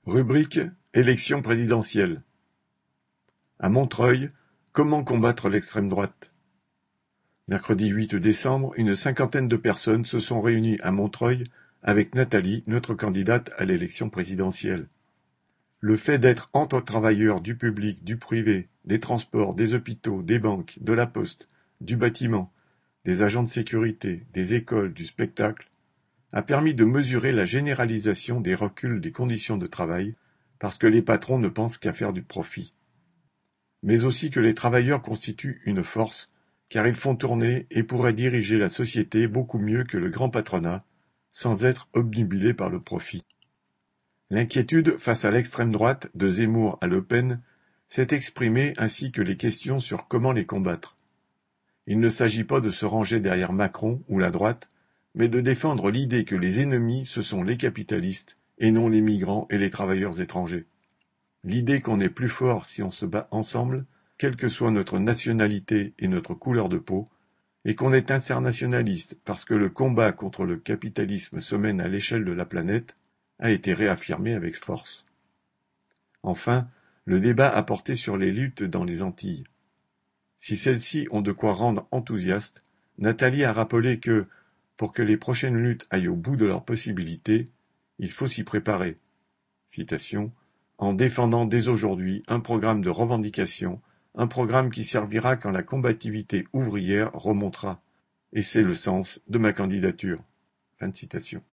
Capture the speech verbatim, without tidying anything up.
Rubrique Élection présidentielle. À Montreuil, comment combattre l'extrême droite? Mercredi huit décembre, une cinquantaine de personnes se sont réunies à Montreuil avec Nathalie, notre candidate à l'élection présidentielle. Le fait d'être entre travailleurs du public, du privé, des transports, des hôpitaux, des banques, de la poste, du bâtiment, des agents de sécurité, des écoles, du spectacle, a permis de mesurer la généralisation des reculs des conditions de travail parce que les patrons ne pensent qu'à faire du profit. Mais aussi que les travailleurs constituent une force, car ils font tourner et pourraient diriger la société beaucoup mieux que le grand patronat, sans être obnubilés par le profit. L'inquiétude face à l'extrême droite, de Zemmour à Le Pen, s'est exprimée ainsi que les questions sur comment les combattre. Il ne s'agit pas de se ranger derrière Macron ou la droite, mais de défendre l'idée que les ennemis ce sont les capitalistes et non les migrants et les travailleurs étrangers. L'idée qu'on est plus fort si on se bat ensemble, quelle que soit notre nationalité et notre couleur de peau, et qu'on est internationaliste parce que le combat contre le capitalisme se mène à l'échelle de la planète, a été réaffirmé avec force. Enfin, le débat a porté sur les luttes dans les Antilles. Si celles-ci ont de quoi rendre enthousiastes, Nathalie a rappelé que, pour que les prochaines luttes aillent au bout de leurs possibilités, il faut s'y préparer. Citation, en défendant dès aujourd'hui un programme de revendication, un programme qui servira quand la combativité ouvrière remontera. Et c'est le sens de ma candidature. Fin de citation.